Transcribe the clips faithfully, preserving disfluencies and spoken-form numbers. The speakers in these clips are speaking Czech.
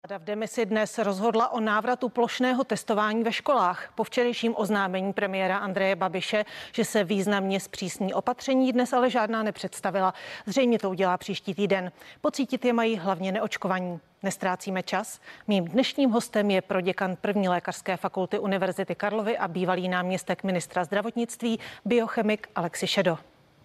Vláda v demisi dnes rozhodla o návratu plošného testování ve školách. Po včerejším oznámení premiéra Andreje Babiše, že se významně zpřísní opatření, dnes ale žádná nepředstavila. Zřejmě to udělá příští týden. Pocítit je mají hlavně neočkovaní. Nestrácíme čas. Mým dnešním hostem je proděkan první lékařské fakulty Univerzity Karlovy a bývalý náměstek ministra zdravotnictví, biochemik Alexi Šedo.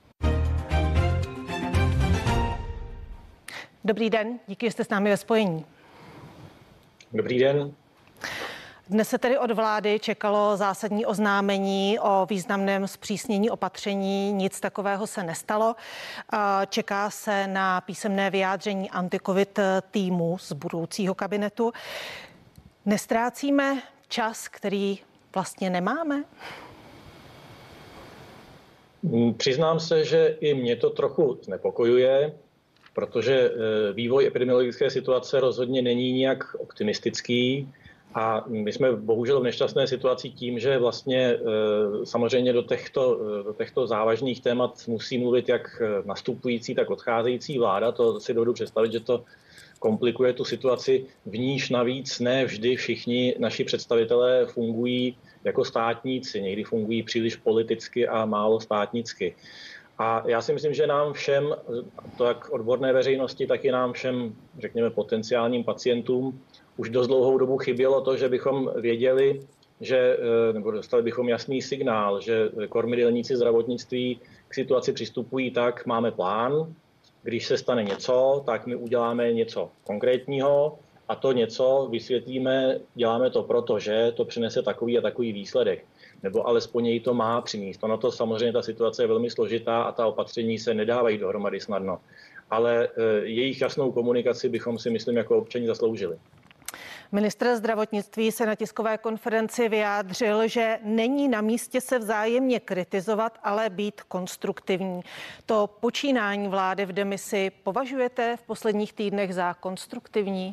Dobrý den, díky, že jste s námi ve spojení. Dobrý den. Dnes se tedy od vlády čekalo zásadní oznámení o významném zpřísnění opatření. Nic takového se nestalo. Čeká se na písemné vyjádření anti-covid týmu z budoucího kabinetu. Nestrácíme čas, který vlastně nemáme? Přiznám se, že i mě to trochu znepokojuje, protože vývoj epidemiologické situace rozhodně není nijak optimistický a my jsme bohužel v nešťastné situaci tím, že vlastně samozřejmě do těchto, do těchto závažných témat musí mluvit jak nastupující, tak odcházející vláda. To si dovedu představit, že to komplikuje tu situaci, v níž navíc ne vždy všichni naši představitelé fungují jako státníci, někdy fungují příliš politicky a málo státnicky. A já si myslím, že nám všem, to jak odborné veřejnosti, tak i nám všem, řekněme, potenciálním pacientům, už dost dlouhou dobu chybělo to, že bychom věděli, že, nebo dostali bychom jasný signál, že kormidelníci zdravotnictví k situaci přistupují tak, máme plán, když se stane něco, tak my uděláme něco konkrétního a to něco vysvětlíme, děláme to proto, že to přinese takový a takový výsledek. Nebo alespoň jej to má přinést. Ono to samozřejmě, ta situace je velmi složitá a ta opatření se nedávají dohromady snadno. Ale jejich jasnou komunikaci bychom si, myslím, jako občani zasloužili. Ministr zdravotnictví se na tiskové konferenci vyjádřil, že není na místě se vzájemně kritizovat, ale být konstruktivní. To počínání vlády v demisi považujete v posledních týdnech za konstruktivní?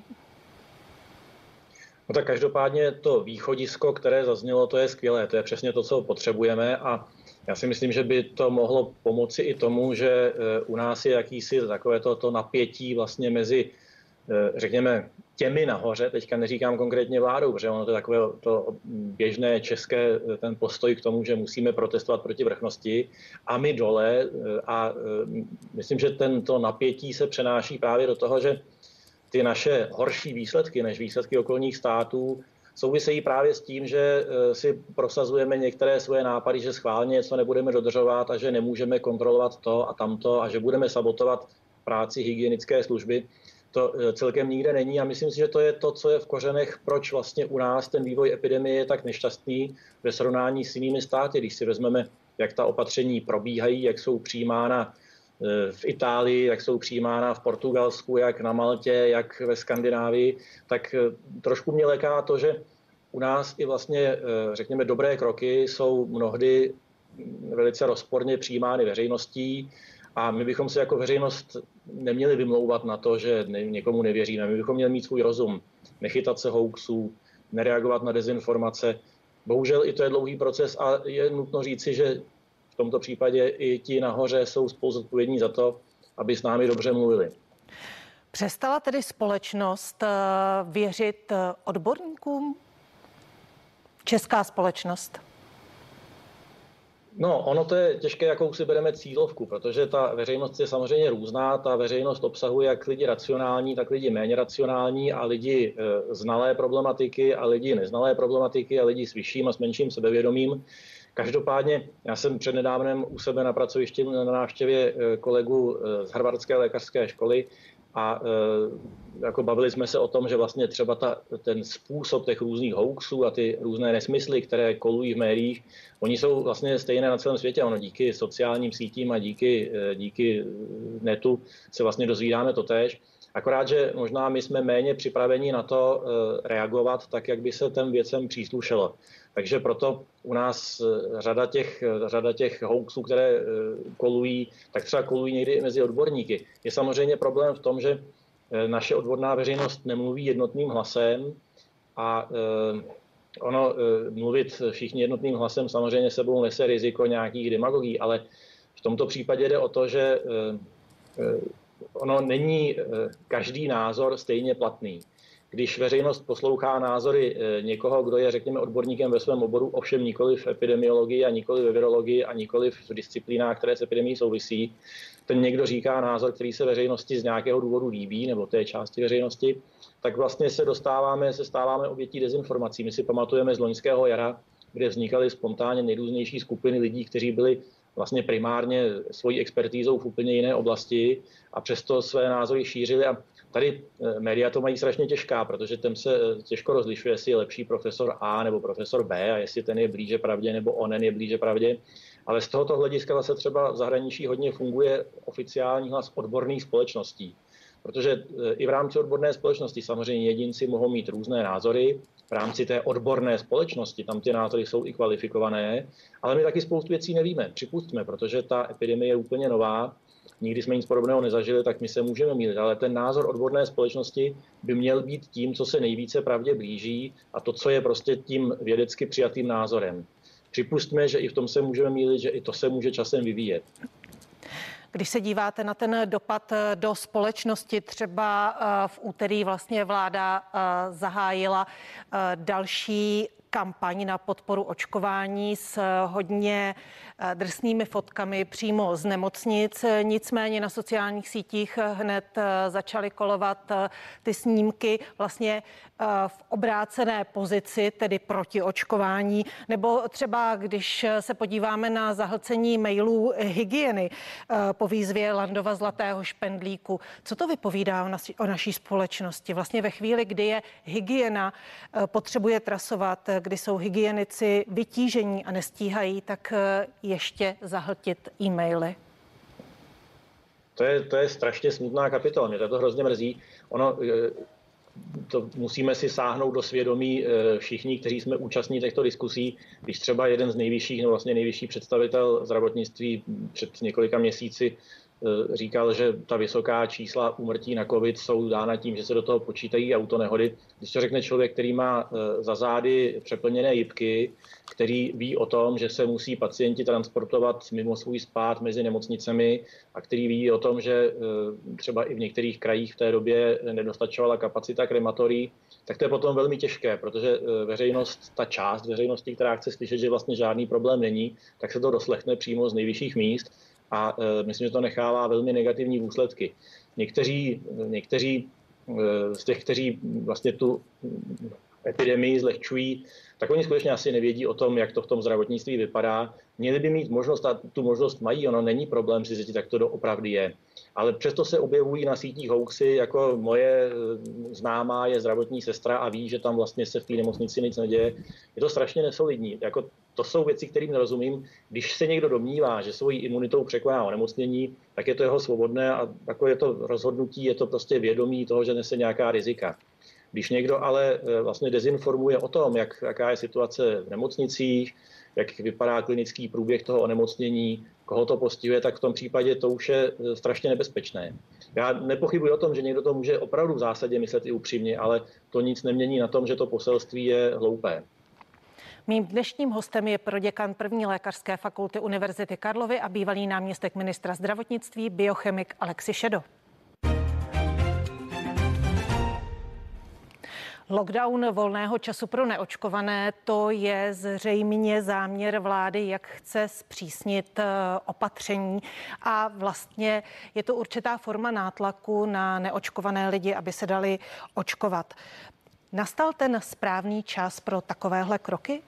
No tak každopádně to východisko, které zaznělo, to je skvělé, to je přesně to, co potřebujeme a já si myslím, že by to mohlo pomoci i tomu, že u nás je jakýsi takové to, to napětí vlastně mezi, řekněme, těmi nahoře, teďka neříkám konkrétně vládou, protože ono to je takové to běžné české, ten postoj k tomu, že musíme protestovat proti vrchnosti a my dole a myslím, že tento napětí se přenáší právě do toho, že ty naše horší výsledky než výsledky okolních států souvisejí právě s tím, že si prosazujeme některé svoje nápady, že schválně něco nebudeme dodržovat a že nemůžeme kontrolovat to a tamto a že budeme sabotovat práci hygienické služby. To celkem nikde není a myslím si, že to je to, co je v kořenech, proč vlastně u nás ten vývoj epidemie je tak nešťastný ve srovnání s jinými státy. Když si vezmeme, jak ta opatření probíhají, jak jsou přijímána v Itálii, jak jsou přijímána v Portugalsku, jak na Maltě, jak ve Skandinávii, tak trošku mě léká to, že u nás i vlastně, řekněme, dobré kroky jsou mnohdy velice rozporně přijímány veřejností a my bychom se jako veřejnost neměli vymlouvat na to, že někomu nevěříme. My bychom měli mít svůj rozum, nechytat se hoaxů, nereagovat na dezinformace. Bohužel i to je dlouhý proces a je nutno říci, že v tomto případě i ti nahoře jsou spolu zodpovědní za to, aby s námi dobře mluvili. Přestala tedy společnost věřit odborníkům? Česká společnost? No, ono to je těžké, jakou si bereme cílovku, protože ta veřejnost je samozřejmě různá. Ta veřejnost obsahuje jak lidi racionální, tak lidi méně racionální a lidi e, znalé problematiky a lidi neznalé problematiky a lidi s vyšším a s menším sebevědomím. Každopádně já jsem přednedávnem u sebe na pracovišti na návštěvě kolegu z Harvardské lékařské školy a e, jako bavili jsme se o tom, že vlastně třeba ta, ten způsob těch různých hoaxů a ty různé nesmysly, které kolují v médiích, oni jsou vlastně stejné na celém světě. Ono díky sociálním sítím a díky, díky netu se vlastně dozvídáme totéž. Akorát, že možná my jsme méně připraveni na to reagovat tak, jak by se těm věcem příslušelo. Takže proto u nás řada těch, řada těch hoaxů, které kolují, tak třeba kolují někdy mezi odborníky. Je samozřejmě problém v tom, že naše odborná veřejnost nemluví jednotným hlasem a ono mluvit všichni jednotným hlasem samozřejmě sebou nese riziko nějakých demagogí, ale v tomto případě jde o to, že ono není každý názor stejně platný. když veřejnost poslouchá názory někoho, kdo je, řekněme, odborníkem ve svém oboru, ovšem nikoli v epidemiologii a nikoli ve virologii a nikoli v disciplínách, které s epidemií souvisí, ten někdo říká názor, který se veřejnosti z nějakého důvodu líbí, nebo té části veřejnosti, tak vlastně se dostáváme, se stáváme obětí dezinformací. My si pamatujeme z loňského jara, kde vznikaly spontánně nejrůznější skupiny lidí, kteří byli vlastně primárně svojí expertízou v úplně jiné oblasti a přesto své názory šířili. A tady média to mají strašně těžká, protože tam se těžko rozlišuje, jestli je lepší profesor A nebo profesor B a jestli ten je blíže pravdě nebo onen je blíže pravdě. Ale z tohoto hlediska zase třeba v zahraničí hodně funguje oficiální hlas odborných společností. Protože i v rámci odborné společnosti samozřejmě jedinci mohou mít různé názory, v rámci té odborné společnosti, tam ty názory jsou i kvalifikované, ale my taky spoustu věcí nevíme. Připustíme, protože ta epidemie je úplně nová, nikdy jsme nic podobného nezažili, tak my se můžeme mýlit, ale ten názor odborné společnosti by měl být tím, co se nejvíce pravdě blíží a to, co je prostě tím vědecky přijatým názorem. Připustíme, že i v tom se můžeme mýlit, že i to se může časem vyvíjet. Když se díváte na ten dopad do společnosti, třeba v úterý vlastně vláda zahájila další kampaň na podporu očkování s hodně drsnými fotkami přímo z nemocnic. Nicméně na sociálních sítích hned začaly kolovat ty snímky vlastně v obrácené pozici, tedy proti očkování. Nebo třeba, když se podíváme na zahlcení mailů hygieny po výzvě Landova zlatého špendlíku. Co to vypovídá o naší společnosti? Vlastně ve chvíli, kdy je hygiena potřebuje trasovat, kdy jsou hygienici vytížení a nestíhají, tak ještě zahltit e-maily. To je, to je strašně smutná kapitola. Mě to hrozně mrzí. Ono, to musíme si sáhnout do svědomí všichni, kteří jsme účastní těchto diskusí. Když třeba jeden z nejvyšších, no vlastně nejvyšší představitel zdravotnictví před několika měsíci říkal, že ta vysoká čísla úmrtí na covid jsou dána tím, že se do toho počítají autonehody. Když to řekne člověk, který má za zády přeplněné jipky, který ví o tom, že se musí pacienti transportovat mimo svůj spát mezi nemocnicemi a který ví o tom, že třeba i v některých krajích v té době nedostačovala kapacita krematorií, tak to je potom velmi těžké, protože veřejnost, ta část veřejnosti, která chce slyšet, že vlastně žádný problém není, tak se to doslechne přímo z nejvyšších míst. A e, myslím, že to nechává velmi negativní důsledky. Někteří, někteří e, z těch, kteří vlastně tu epidemii zlehčují, tak oni skutečně asi nevědí o tom, jak to v tom zdravotnictví vypadá. Měli by mít možnost, a tu možnost mají, ono není problém si zjistit, jak to doopravdy je. Ale přesto se objevují na sítích hoaxy, jako moje známá je zdravotní sestra a ví, že tam vlastně se v té nemocnici nic neděje. Je to strašně nesolidní. Jako to jsou věci, kterým nerozumím. Když se někdo domnívá, že svojí imunitou překoná onemocnění, tak je to jeho svobodné a jako je to rozhodnutí, je to prostě vědomí toho, že nese nějaká rizika. Když někdo ale vlastně dezinformuje o tom, jak, jaká je situace v nemocnicích, jak vypadá klinický průběh toho onemocnění, koho to postihuje, tak v tom případě to už je strašně nebezpečné. Já nepochybuji o tom, že někdo to může opravdu v zásadě myslet i upřímně, ale to nic nemění na tom, že to poselství je hloupé. Mým dnešním hostem je proděkan první lékařské fakulty Univerzity Karlovy a bývalý náměstek ministra zdravotnictví biochemik Alexi Šedo. Lockdown volného času pro neočkované, to je zřejmě záměr vlády, jak chce zpřísnit opatření a vlastně je to určitá forma nátlaku na neočkované lidi, aby se dali očkovat. Nastal ten správný čas pro takovéhle kroky?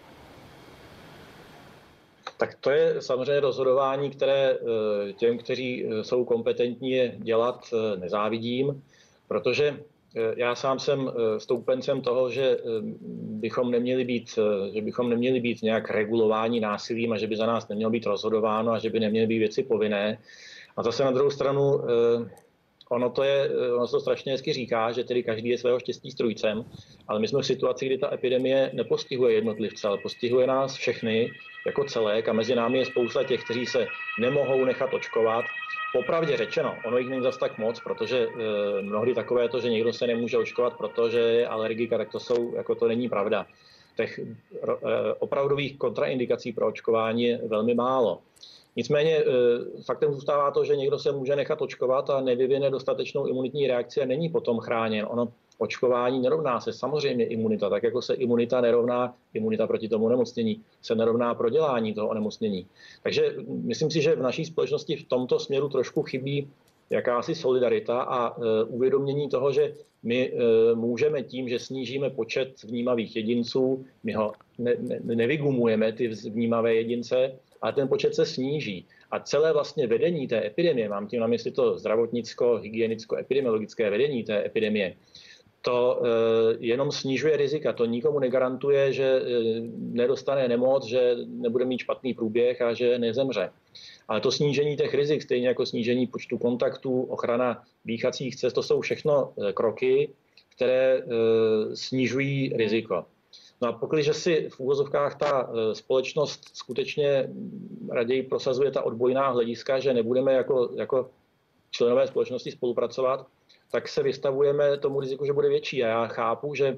Tak to je samozřejmě rozhodování, které těm, kteří jsou kompetentní je dělat, nezávidím, protože já sám jsem stoupencem toho, že bychom neměli být, že bychom neměli být nějak regulováni násilím a že by za nás nemělo být rozhodováno a že by neměly být věci povinné. A zase na druhou stranu ono to je, ono to strašně hezky říká, že tedy každý je svého štěstí strůjcem, ale my jsme v situaci, kdy ta epidemie nepostihuje jednotlivce, ale postihuje nás všechny jako celek a mezi námi je spousta těch, kteří se nemohou nechat očkovat. Popravdě řečeno, ono jich není zas tak moc, protože e, mnohdy takové to, že někdo se nemůže očkovat, protože je alergika, tak to jsou, jako to není pravda. Těch e, opravdových kontraindikací pro očkování je velmi málo. Nicméně e, faktem zůstává to, že někdo se může nechat očkovat a nevyvine dostatečnou imunitní reakci a není potom chráněn. Ono očkování nerovná se samozřejmě imunita, tak jako se imunita nerovná, imunita proti tomu onemocnění se nerovná prodělání toho onemocnění. Takže myslím si, že v naší společnosti v tomto směru trošku chybí jakási solidarita a e, uvědomění toho, že my e, můžeme tím, že snížíme počet vnímavých jedinců, my ho ne, ne, nevygumujeme, ty vnímavé jedince, ale ten počet se sníží. A celé vlastně vedení té epidemie, mám tím na mysli to zdravotnicko, hygienicko, epidemiologické vedení té epidemie, to e, jenom snižuje rizika. To nikomu negarantuje, že e, nedostane nemoc, že nebude mít špatný průběh a že nezemře. Ale to snížení těch rizik, stejně jako snížení počtu kontaktů, ochrana dýchacích cest, to jsou všechno e, kroky, které e, snižují riziko. No a pokud si v úvozovkách ta e, společnost skutečně raději prosazuje ta odbojná hlediska, že nebudeme jako, jako členové společnosti spolupracovat, tak se vystavujeme tomu riziku, že bude větší. A já chápu, že e,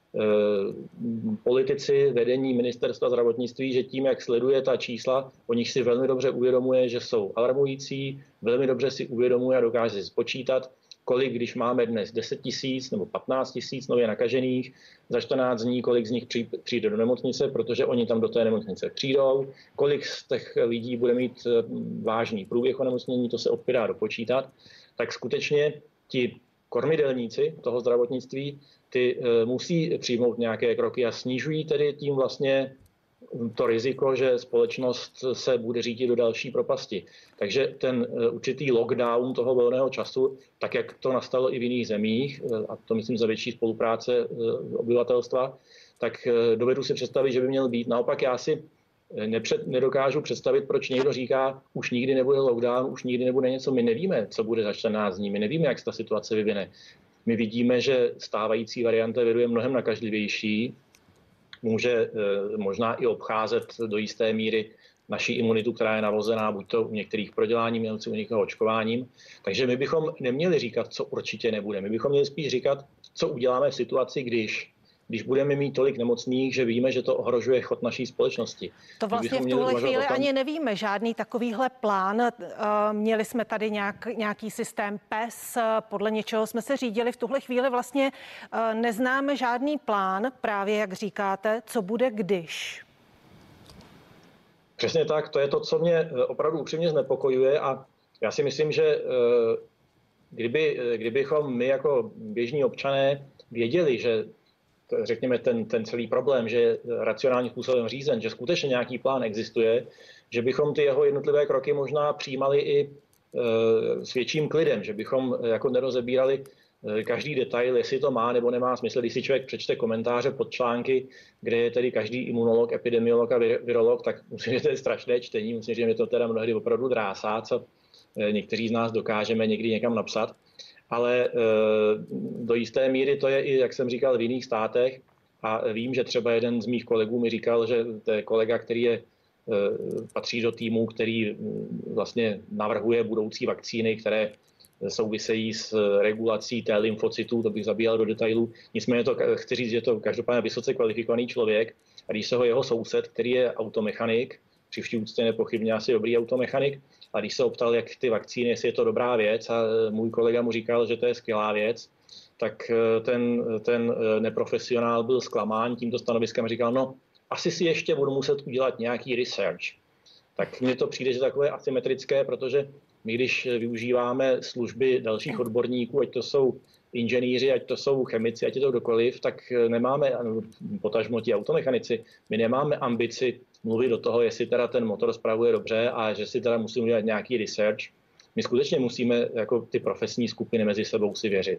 politici, vedení ministerstva zdravotnictví, že tím, jak sleduje ta čísla, o nich si velmi dobře uvědomuje, že jsou alarmující, velmi dobře si uvědomuje a dokáže si spočítat, kolik, když máme dnes deset tisíc nebo patnáct tisíc nově nakažených, za čtrnáct dní, kolik z nich přijde do nemocnice, protože oni tam do té nemocnice přijdou, kolik z těch lidí bude mít vážný průběh onemocnění, to se opět dá dopočítat, tak skutečně ti kormidelníci toho zdravotnictví, ty e, musí přijmout nějaké kroky a snižují tedy tím vlastně to riziko, že společnost se bude řídit do další propasti. Takže ten e, určitý lockdown toho volného času, tak jak to nastalo i v jiných zemích, e, a to myslím za větší spolupráce e, obyvatelstva, tak e, dovedu si představit, že by měl být. Naopak já si Nepřed, nedokážu představit, proč někdo říká, už nikdy nebude lockdown, už nikdy nebude něco. My nevíme, co bude za čtrnáct dní, my nevíme, jak se ta situace vyvine. My vidíme, že stávající varianta viru je mnohem nakažlivější, může e, možná i obcházet do jisté míry naší imunitu, která je navozená buď to u některých proděláním, nebo u někoho očkováním. Takže my bychom neměli říkat, co určitě nebude. My bychom měli spíš říkat, co uděláme v situaci, když když budeme mít tolik nemocných, že víme, že to ohrožuje chod naší společnosti. To vlastně v tuhle chvíli tom... ani nevíme, žádný takovýhle plán. Měli jsme tady nějak, nějaký systém P E S, podle něčeho jsme se řídili. V tuhle chvíli vlastně neznáme žádný plán, právě jak říkáte, co bude když. Přesně tak, to je to, co mě opravdu upřímně znepokojuje a já si myslím, že kdyby, kdybychom my jako běžní občané věděli, že řekněme, ten, ten celý problém, že je racionálním způsobem řízen, že skutečně nějaký plán existuje, že bychom ty jeho jednotlivé kroky možná přijímali i e, s větším klidem, že bychom jako nerozebírali e, každý detail, jestli to má nebo nemá smysl. Když si člověk přečte komentáře pod články, kde je tedy každý imunolog, epidemiolog a virolog, tak musím, že to je strašné čtení, musím, že mě to teda mnohdy opravdu drásá, co e, někteří z nás dokážeme někdy někam napsat. Ale do jisté míry to je i, jak jsem říkal, v jiných státech. A vím, že třeba jeden z mých kolegů mi říkal, že to je kolega, který je, patří do týmu, který vlastně navrhuje budoucí vakcíny, které souvisejí s regulací té lymfocytů, to bych zabíjel do detailů. Nicméně to chci říct, že je to každopádně vysoce kvalifikovaný člověk. A když se ho jeho soused, který je automechanik, při vší úctě nepochybně asi dobrý automechanik, a když se optal, jak ty vakcíny, jestli je to dobrá věc, a můj kolega mu říkal, že to je skvělá věc, tak ten, ten neprofesionál byl zklamán tímto stanoviskem a říkal, no, asi si ještě budu muset udělat nějaký research. Tak mně to přijde, že takové asymetrické, protože my, když využíváme služby dalších odborníků, ať to jsou inženýři, ať to jsou chemici, ať je to kdokoliv, tak nemáme, potažmo ti automechanici, my nemáme ambici mluvit do toho, jestli teda ten motor spravuje dobře a že si teda musíme udělat nějaký research. My skutečně musíme jako ty profesní skupiny mezi sebou si věřit.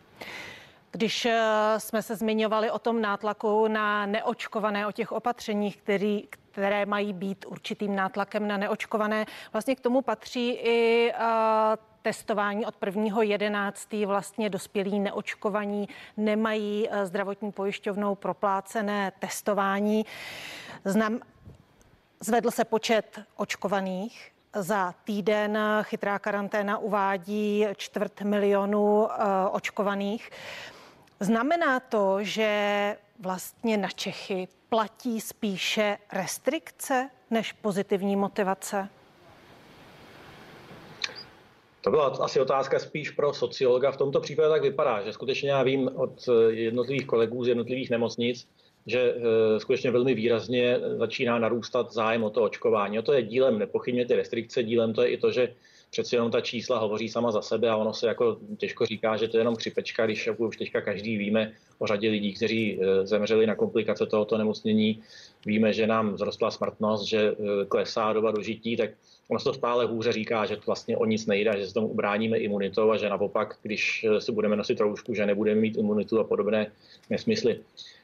Když jsme se zmiňovali o tom nátlaku na neočkované, o těch opatřeních, který, které mají být určitým nátlakem na neočkované, vlastně k tomu patří i uh, testování od prvního jedenáctého Vlastně dospělí neočkovaní nemají uh, zdravotní pojišťovnou proplácené testování. Znam, zvedl se počet očkovaných. Za týden chytrá karanténa uvádí čtvrt milionu uh, očkovaných. Znamená to, že vlastně na Čechy platí spíše restrikce než pozitivní motivace? To byla asi otázka spíš pro sociologa. V tomto případě tak vypadá, že skutečně já vím od jednotlivých kolegů z jednotlivých nemocnic, že skutečně velmi výrazně začíná narůstat zájem o to očkování. O to je dílem nepochybně ty restrikce, dílem to je i to, že přeci jenom ta čísla hovoří sama za sebe a ono se jako těžko říká, že to je jenom chřipečka, když už teďka každý víme o řadě lidí, kteří zemřeli na komplikace tohoto nemocnění. Víme, že nám vzrostla smrtnost, že klesá doba dožití, tak ono se to stále hůře říká, že to vlastně o nic nejde, že se tomu ubráníme imunitou a že naopak, když si budeme nosit roušku, že nebudeme mít imunitu a podobné nesmysly.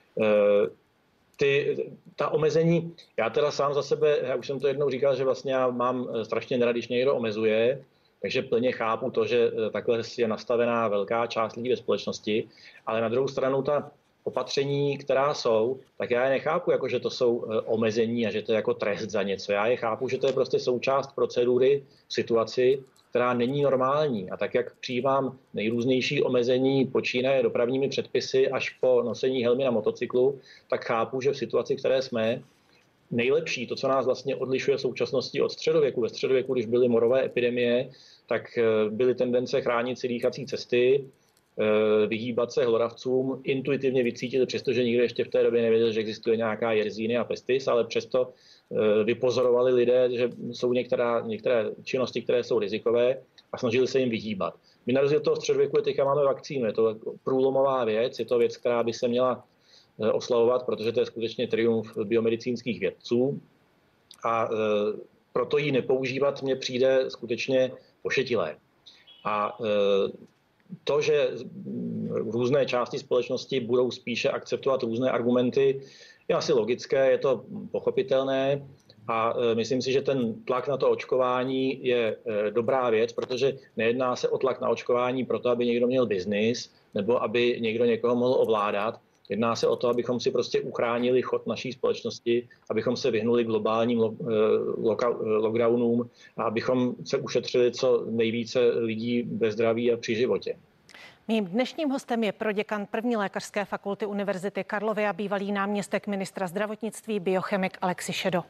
Ty, ta omezení, já teda sám za sebe, já už jsem to jednou říkal, že vlastně já mám strašně nerad, když někdo omezuje, takže plně chápu to, že takhle je nastavená velká část lidí ve společnosti, ale na druhou stranu ta opatření, která jsou, tak já je nechápu jako, že to jsou omezení a že to je jako trest za něco. Já je chápu, že to je prostě součást procedury v situaci, která není normální. A tak, jak přijímám nejrůznější omezení, počínaje dopravními předpisy až po nosení helmy na motocyklu, tak chápu, že v situaci, které jsme, nejlepší, to, co nás vlastně odlišuje v současnosti od středověku. Ve středověku, když byly morové epidemie, tak byly tendence chránit si dýchací cesty, vyhýbat se hloravcům, intuitivně vycítit, přestože nikdo ještě v té době nevěděl, že existuje nějaká jerzíny a pestis, ale přesto vypozorovali lidé, že jsou některá, některé činnosti, které jsou rizikové a snažili se jim vyhýbat. My na rozdíl toho středověku teďka máme vakcínu, je to průlomová věc, je to věc, která by se měla oslavovat, protože to je skutečně triumf biomedicínských vědců a proto ji nepoužívat mně přijde skutečně pošetilé. A to, že různé části společnosti budou spíše akceptovat různé argumenty, je asi logické, je to pochopitelné a myslím si, že ten tlak na to očkování je dobrá věc, protože nejedná se o tlak na očkování proto, aby někdo měl biznis nebo aby někdo někoho mohl ovládat. Jedná se o to, abychom si prostě uchránili chod naší společnosti, abychom se vyhnuli globálním lockdownům a abychom se ušetřili co nejvíce lidí ve zdraví a při životě. Mým dnešním hostem je proděkan první lékařské fakulty Univerzity Karlovy a bývalý náměstek ministra zdravotnictví biochemik Alexi Šedo.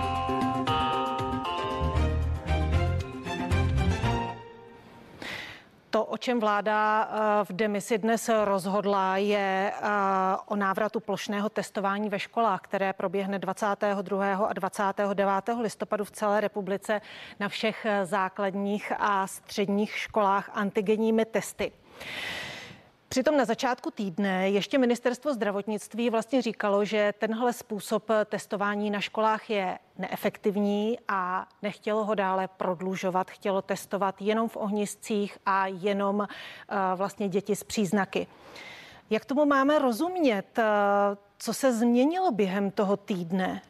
To, o čem vláda v demisi dnes rozhodla, je o návratu plošného testování ve školách, které proběhne dvacátého druhého a dvacátého devátého listopadu v celé republice na všech základních a středních školách antigenními testy. Přitom na začátku týdne ještě ministerstvo zdravotnictví vlastně říkalo, že tenhle způsob testování na školách je neefektivní a nechtělo ho dále prodlužovat. Chtělo testovat jenom v ohniscích a jenom vlastně děti s příznaky. Jak tomu máme rozumět? Co se změnilo během toho týdne?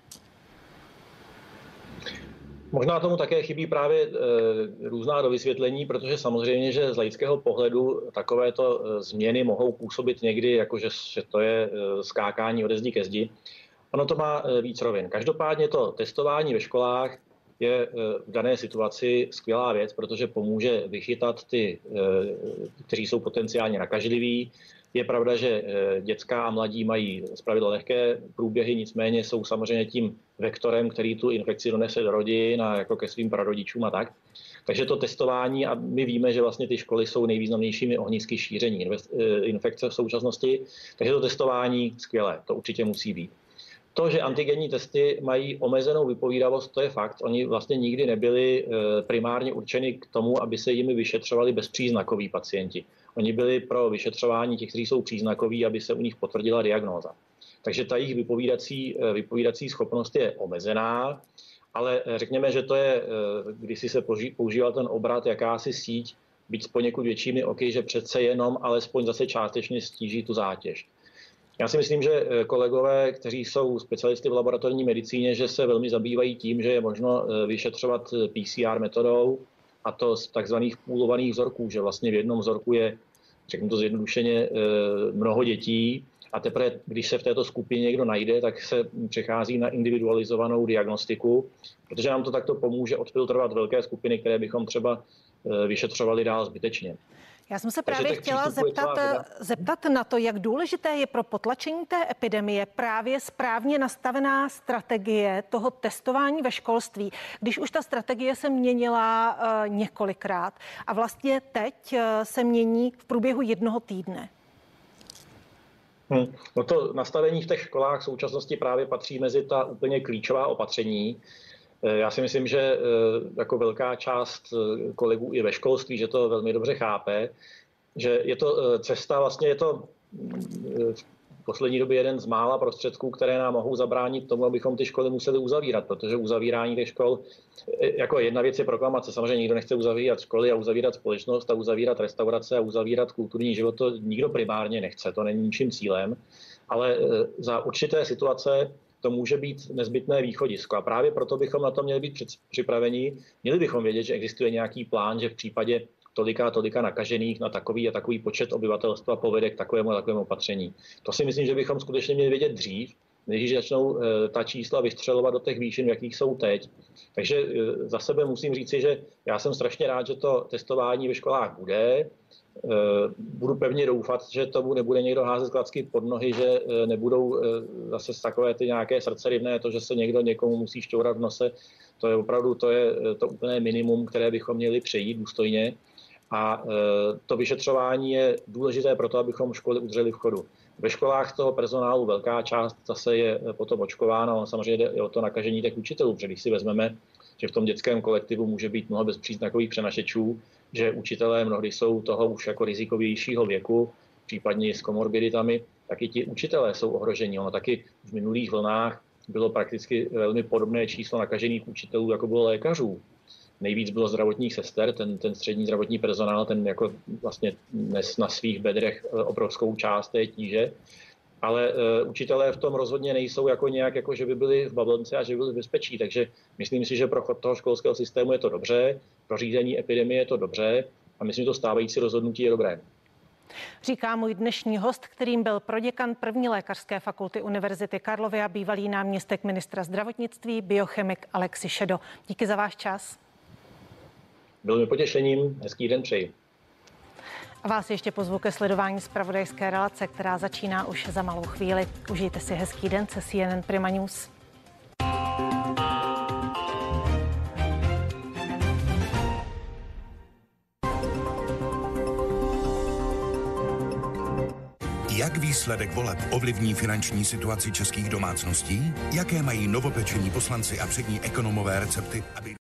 Možná tomu také chybí právě e, různá dovysvětlení, protože samozřejmě, že z laického pohledu takovéto e, změny mohou působit někdy, jako že, že to je e, skákání ode zdi ke zdi. Ono to má e, víc rovin. Každopádně to testování ve školách je e, v dané situaci skvělá věc, protože pomůže vychytat ty, e, kteří jsou potenciálně nakažliví. Je pravda, že dětská a mladí mají zpravidla lehké průběhy, nicméně jsou samozřejmě tím vektorem, který tu infekci donese do rodin a jako ke svým prarodičům a tak. Takže to testování, a my víme, že vlastně ty školy jsou nejvýznamnějšími ohnisky šíření infekce v současnosti, takže to testování skvělé, to určitě musí být. To, že antigenní testy mají omezenou vypovídavost, to je fakt. Oni vlastně nikdy nebyli primárně určeni k tomu, aby se jimi vyšetřovali bezpříznakoví pacienti. Oni byli pro vyšetřování těch, kteří jsou příznakoví, aby se u nich potvrdila diagnóza. Takže ta jejich vypovídací, vypovídací schopnost je omezená, ale řekněme, že to je, když si se používal ten obrat, jakási síť, být s poněkud většími oky, že přece jenom alespoň zase částečně stíží tu zátěž. Já si myslím, že kolegové, kteří jsou specialisty v laboratorní medicíně, že se velmi zabývají tím, že je možno vyšetřovat P C R metodou, a to z takzvaných půlovaných vzorků, že vlastně v jednom vzorku je, řeknu to zjednodušeně, mnoho dětí a teprve, když se v této skupině někdo najde, tak se přechází na individualizovanou diagnostiku, protože nám to takto pomůže odfiltrovat velké skupiny, které bychom třeba vyšetřovali dál zbytečně. Já jsem se právě chtěla zeptat, zeptat na to, jak důležité je pro potlačení té epidemie právě správně nastavená strategie toho testování ve školství, když už ta strategie se měnila uh, několikrát a vlastně teď uh, se mění v průběhu jednoho týdne. Hmm. No to nastavení v těch školách v současnosti právě patří mezi ta úplně klíčová opatření. Já si myslím, že jako velká část kolegů i ve školství, že to velmi dobře chápe, že je to cesta, vlastně je to v poslední době jeden z mála prostředků, které nám mohou zabránit tomu, abychom ty školy museli uzavírat, protože uzavírání těch škol, jako jedna věc je proklamace, samozřejmě nikdo nechce uzavírat školy a uzavírat společnost a uzavírat restaurace a uzavírat kulturní život, to nikdo primárně nechce, to není ničím cílem, ale za určité situace to může být nezbytné východisko a právě proto bychom na to měli být připraveni. Měli bychom vědět, že existuje nějaký plán, že v případě tolika a tolika nakažených na takový a takový počet obyvatelstva povede k takovému a takovému opatření. To si myslím, že bychom skutečně měli vědět dřív, než začnou ta čísla vystřelovat do těch výšin, v jakých jsou teď. Takže za sebe musím říci, že já jsem strašně rád, že to testování ve školách bude. Budu pevně doufat, že tomu nebude někdo házet klacky pod nohy, že nebudou zase takové ty nějaké srdcerivné, to, že se někdo někomu musí šťourat v nose. To je opravdu to, je to úplné minimum, které bychom měli přejít důstojně. A to vyšetřování je důležité pro to, abychom školy udrželi v chodu. Ve školách toho personálu velká část zase je potom očkována, ale samozřejmě jde o to nakažení těch učitelů, protože když si vezmeme, že v tom dětském kolektivu může být mnoho bezpříznakových přenašečů, že učitelé mnohdy jsou toho už jako rizikovějšího věku, případně s komorbiditami, tak i ti učitelé jsou ohroženi. Ono taky v minulých vlnách bylo prakticky velmi podobné číslo nakažených učitelů, jako bylo lékařů. Nejvíc bylo zdravotních sester, ten, ten střední zdravotní personál, ten jako vlastně nes na svých bedrech obrovskou část té tíže. Ale uh, učitelé v tom rozhodně nejsou jako nějak, jako že by byli v bablonce a že by byli v bezpečí. Takže myslím si, že pro chod toho školského systému je to dobře, pro řízení epidemie je to dobře a myslím, že to stávající rozhodnutí je dobré. Říká můj dnešní host, kterým byl proděkan první lékařské fakulty Univerzity Karlovy a bývalý náměstek ministra zdravotnictví, biochemik Alexi Šedo. Díky za váš čas. Bylo mi potěšením, hezký den přeji. A vás ještě pozvu ke sledování zpravodajské relace, která začíná už za malou chvíli. Užijte si hezký den se C N N Prima News. Jak výsledek voleb ovlivní finanční situaci českých domácností? Jaké mají novopečení poslanci a přední ekonomové recepty, aby